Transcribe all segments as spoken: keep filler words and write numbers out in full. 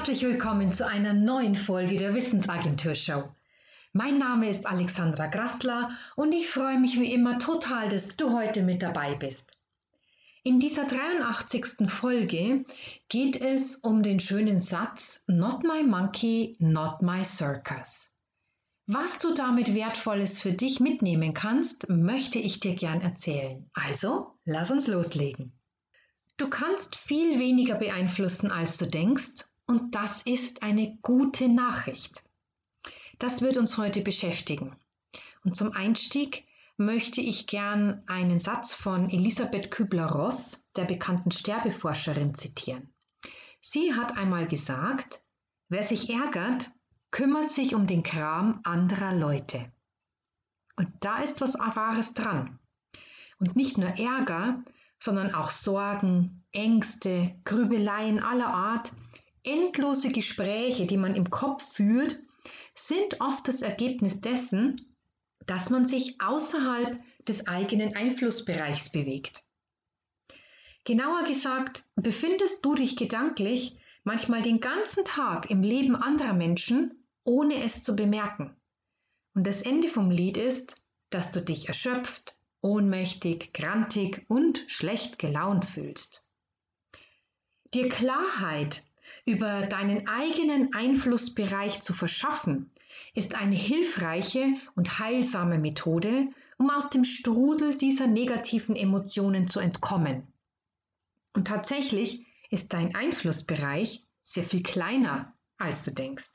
Herzlich willkommen zu einer neuen Folge der Wissensagentur Show. Mein Name ist Alexandra Grassler und ich freue mich wie immer total, dass du heute mit dabei bist. In dieser dreiundachtzigsten Folge geht es um den schönen Satz Not my monkey, not my circus. Was du damit Wertvolles für dich mitnehmen kannst, möchte ich dir gern erzählen. Also, lass uns loslegen. Du kannst viel weniger beeinflussen, als du denkst, und das ist eine gute Nachricht. Das wird uns heute beschäftigen. Und zum Einstieg möchte ich gern einen Satz von Elisabeth Kübler-Ross, der bekannten Sterbeforscherin, zitieren. Sie hat einmal gesagt, wer sich ärgert, kümmert sich um den Kram anderer Leute. Und da ist was Wahres dran. Und nicht nur Ärger, sondern auch Sorgen, Ängste, Grübeleien aller Art, endlose Gespräche, die man im Kopf führt, sind oft das Ergebnis dessen, dass man sich außerhalb des eigenen Einflussbereichs bewegt. Genauer gesagt, befindest du dich gedanklich manchmal den ganzen Tag im Leben anderer Menschen, ohne es zu bemerken. Und das Ende vom Lied ist, dass du dich erschöpft, ohnmächtig, grantig und schlecht gelaunt fühlst. Dir Klarheit über deinen eigenen Einflussbereich zu verschaffen, ist eine hilfreiche und heilsame Methode, um aus dem Strudel dieser negativen Emotionen zu entkommen. Und tatsächlich ist dein Einflussbereich sehr viel kleiner, als du denkst.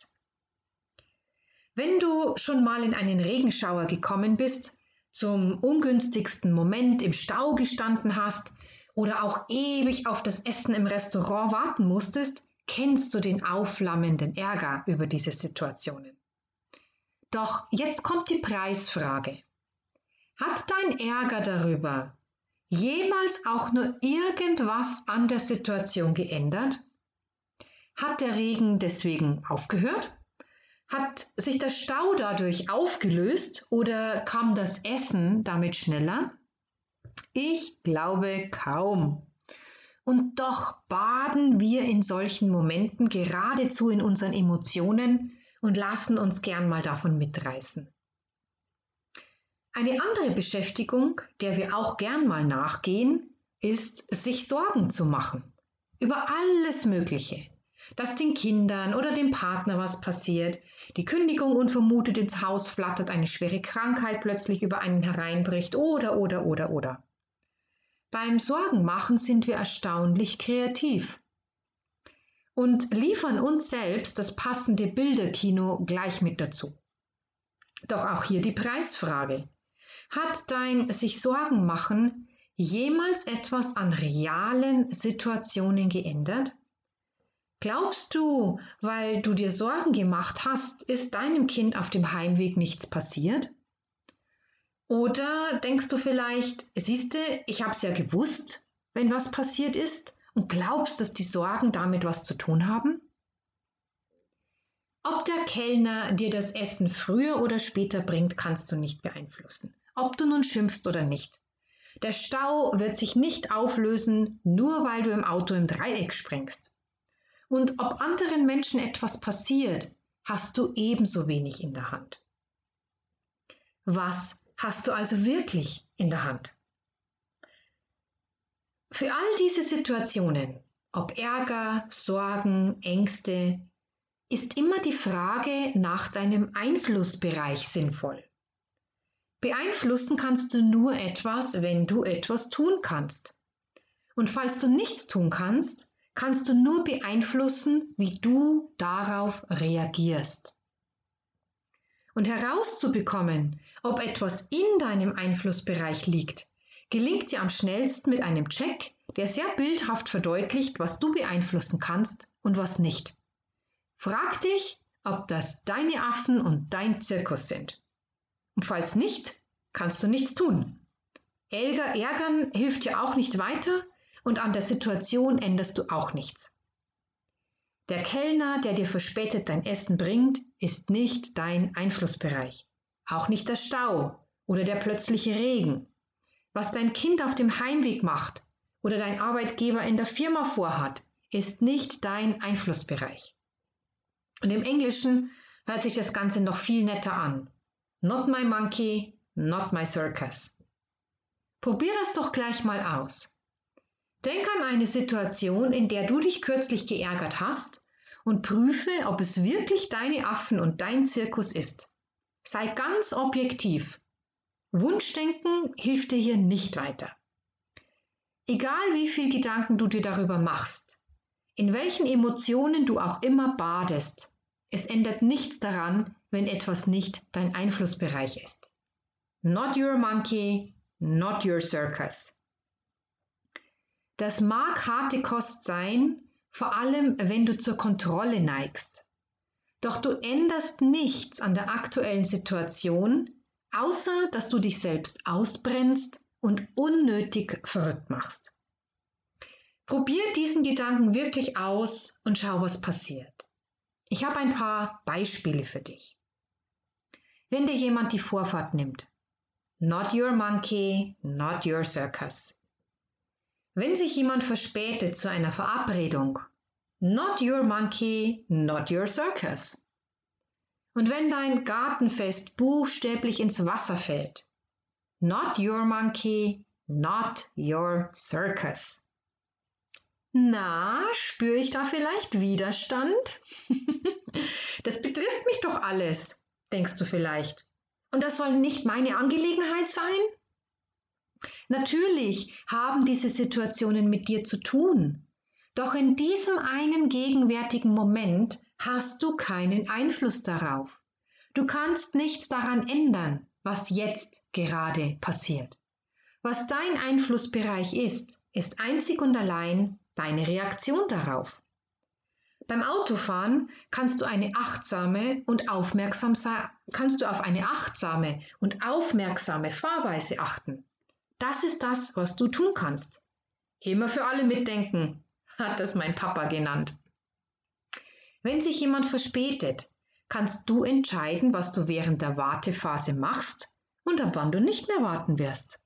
Wenn du schon mal in einen Regenschauer gekommen bist, zum ungünstigsten Moment im Stau gestanden hast oder auch ewig auf das Essen im Restaurant warten musstest, kennst du den aufflammenden Ärger über diese Situationen. Doch jetzt kommt die Preisfrage. Hat dein Ärger darüber jemals auch nur irgendwas an der Situation geändert? Hat der Regen deswegen aufgehört? Hat sich der Stau dadurch aufgelöst oder kam das Essen damit schneller? Ich glaube kaum. Und doch baden wir in solchen Momenten geradezu in unseren Emotionen und lassen uns gern mal davon mitreißen. Eine andere Beschäftigung, der wir auch gern mal nachgehen, ist, sich Sorgen zu machen. Über alles Mögliche. Dass den Kindern oder dem Partner was passiert, die Kündigung unvermutet ins Haus flattert, eine schwere Krankheit plötzlich über einen hereinbricht oder, oder, oder, oder. Beim Sorgenmachen sind wir erstaunlich kreativ und liefern uns selbst das passende Bilderkino gleich mit dazu. Doch auch hier die Preisfrage. Hat dein sich Sorgen machen jemals etwas an realen Situationen geändert? Glaubst du, weil du dir Sorgen gemacht hast, ist deinem Kind auf dem Heimweg nichts passiert? Oder denkst du vielleicht, siehste, ich habe es ja gewusst, wenn was passiert ist, und glaubst, dass die Sorgen damit was zu tun haben? Ob der Kellner dir das Essen früher oder später bringt, kannst du nicht beeinflussen. Ob du nun schimpfst oder nicht. Der Stau wird sich nicht auflösen, nur weil du im Auto im Dreieck sprengst. Und ob anderen Menschen etwas passiert, hast du ebenso wenig in der Hand. Was hast du also wirklich in der Hand? Für all diese Situationen, ob Ärger, Sorgen, Ängste, ist immer die Frage nach deinem Einflussbereich sinnvoll. Beeinflussen kannst du nur etwas, wenn du etwas tun kannst. Und falls du nichts tun kannst, kannst du nur beeinflussen, wie du darauf reagierst. Und herauszubekommen, ob etwas in deinem Einflussbereich liegt, gelingt dir am schnellsten mit einem Check, der sehr bildhaft verdeutlicht, was du beeinflussen kannst und was nicht. Frag dich, ob das deine Affen und dein Zirkus sind. Und falls nicht, kannst du nichts tun. Ärger, ärgern hilft dir auch nicht weiter und an der Situation änderst du auch nichts. Der Kellner, der dir verspätet dein Essen bringt, ist nicht dein Einflussbereich. Auch nicht der Stau oder der plötzliche Regen. Was dein Kind auf dem Heimweg macht oder dein Arbeitgeber in der Firma vorhat, ist nicht dein Einflussbereich. Und im Englischen hört sich das Ganze noch viel netter an. Not my monkey, not my circus. Probier das doch gleich mal aus. Denk an eine Situation, in der du dich kürzlich geärgert hast und prüfe, ob es wirklich deine Affen und dein Zirkus ist. Sei ganz objektiv. Wunschdenken hilft dir hier nicht weiter. Egal wie viel Gedanken du dir darüber machst, in welchen Emotionen du auch immer badest, es ändert nichts daran, wenn etwas nicht dein Einflussbereich ist. Not your monkey, not your circus. Das mag harte Kost sein, vor allem wenn du zur Kontrolle neigst. Doch du änderst nichts an der aktuellen Situation, außer dass du dich selbst ausbrennst und unnötig verrückt machst. Probier diesen Gedanken wirklich aus und schau, was passiert. Ich habe ein paar Beispiele für dich. Wenn dir jemand die Vorfahrt nimmt, not your monkey, not your circus. Wenn sich jemand verspätet zu einer Verabredung, not your monkey, not your circus. Und wenn dein Gartenfest buchstäblich ins Wasser fällt, not your monkey, not your circus. Na, spüre ich da vielleicht Widerstand? Das betrifft mich doch alles, denkst du vielleicht. Und das soll nicht meine Angelegenheit sein? Natürlich haben diese Situationen mit dir zu tun. Doch in diesem einen gegenwärtigen Moment hast du keinen Einfluss darauf. Du kannst nichts daran ändern, was jetzt gerade passiert. Was dein Einflussbereich ist, ist einzig und allein deine Reaktion darauf. Beim Autofahren kannst du eine achtsame und aufmerksam kannst du auf eine achtsame und aufmerksame Fahrweise achten. Das ist das, was du tun kannst. Immer für alle mitdenken, hat das mein Papa genannt. Wenn sich jemand verspätet, kannst du entscheiden, was du während der Wartephase machst und ab wann du nicht mehr warten wirst.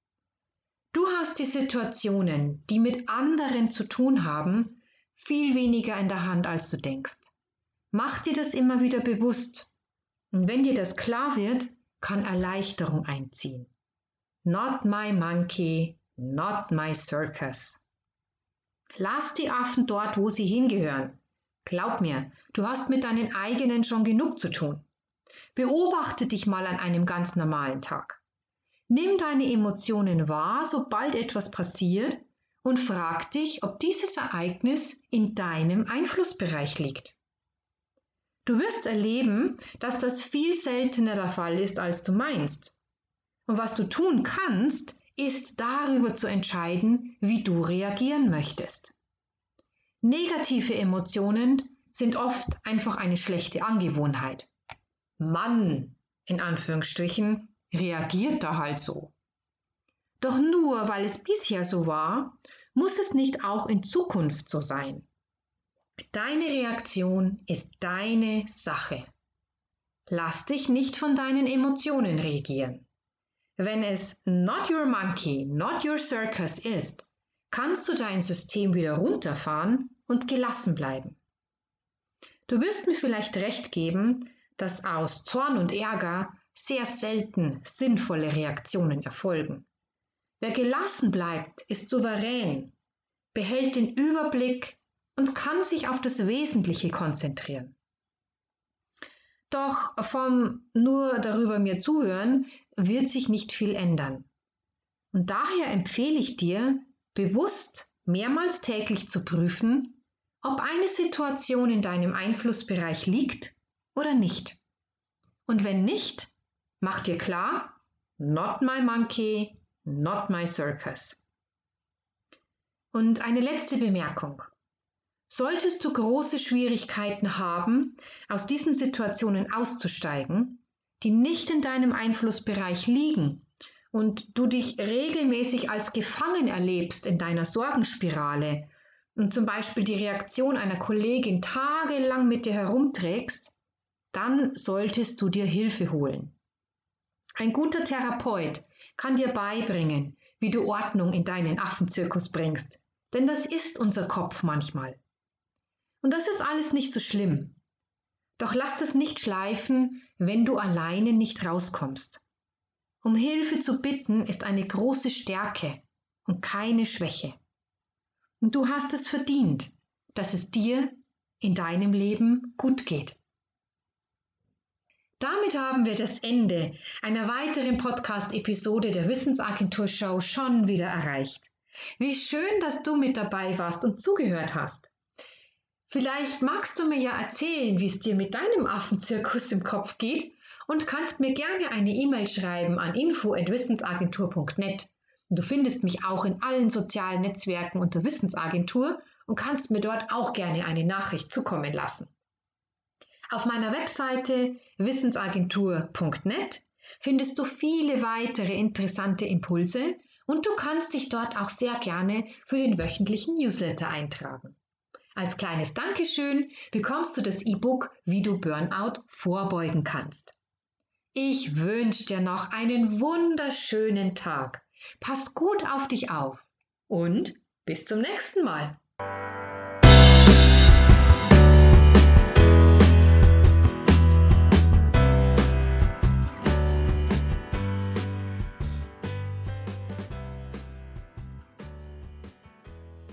Du hast die Situationen, die mit anderen zu tun haben, viel weniger in der Hand, als du denkst. Mach dir das immer wieder bewusst. Und wenn dir das klar wird, kann Erleichterung einziehen. Not my monkey, not my circus. Lass die Affen dort, wo sie hingehören. Glaub mir, du hast mit deinen eigenen schon genug zu tun. Beobachte dich mal an einem ganz normalen Tag. Nimm deine Emotionen wahr, sobald etwas passiert, und frag dich, ob dieses Ereignis in deinem Einflussbereich liegt. Du wirst erleben, dass das viel seltener der Fall ist, als du meinst. Und was du tun kannst, ist darüber zu entscheiden, wie du reagieren möchtest. Negative Emotionen sind oft einfach eine schlechte Angewohnheit. Mann, in Anführungsstrichen, reagiert da halt so. Doch nur weil es bisher so war, muss es nicht auch in Zukunft so sein. Deine Reaktion ist deine Sache. Lass dich nicht von deinen Emotionen regieren. Wenn es not your monkey, not your circus ist, kannst du dein System wieder runterfahren und gelassen bleiben. Du wirst mir vielleicht recht geben, dass aus Zorn und Ärger sehr selten sinnvolle Reaktionen erfolgen. Wer gelassen bleibt, ist souverän, behält den Überblick und kann sich auf das Wesentliche konzentrieren. Doch vom nur darüber mir zuhören wird sich nicht viel ändern. Und daher empfehle ich dir, bewusst mehrmals täglich zu prüfen, ob eine Situation in deinem Einflussbereich liegt oder nicht. Und wenn nicht, mach dir klar, not my monkey, not my circus. Und eine letzte Bemerkung. Solltest du große Schwierigkeiten haben, aus diesen Situationen auszusteigen, die nicht in deinem Einflussbereich liegen und du dich regelmäßig als gefangen erlebst in deiner Sorgenspirale und zum Beispiel die Reaktion einer Kollegin tagelang mit dir herumträgst, dann solltest du dir Hilfe holen. Ein guter Therapeut kann dir beibringen, wie du Ordnung in deinen Affenzirkus bringst, denn das ist unser Kopf manchmal. Und das ist alles nicht so schlimm. Doch lass es nicht schleifen, wenn du alleine nicht rauskommst. Um Hilfe zu bitten ist eine große Stärke und keine Schwäche. Und du hast es verdient, dass es dir in deinem Leben gut geht. Damit haben wir das Ende einer weiteren Podcast-Episode der Wissensagentur Show schon wieder erreicht. Wie schön, dass du mit dabei warst und zugehört hast. Vielleicht magst du mir ja erzählen, wie es dir mit deinem Affenzirkus im Kopf geht und kannst mir gerne eine E-Mail schreiben an info at wissensagentur punkt net. Du findest mich auch in allen sozialen Netzwerken unter Wissensagentur und kannst mir dort auch gerne eine Nachricht zukommen lassen. Auf meiner Webseite wissensagentur punkt net findest du viele weitere interessante Impulse und du kannst dich dort auch sehr gerne für den wöchentlichen Newsletter eintragen. Als kleines Dankeschön bekommst du das E-Book, wie du Burnout vorbeugen kannst. Ich wünsche dir noch einen wunderschönen Tag. Pass gut auf dich auf und bis zum nächsten Mal.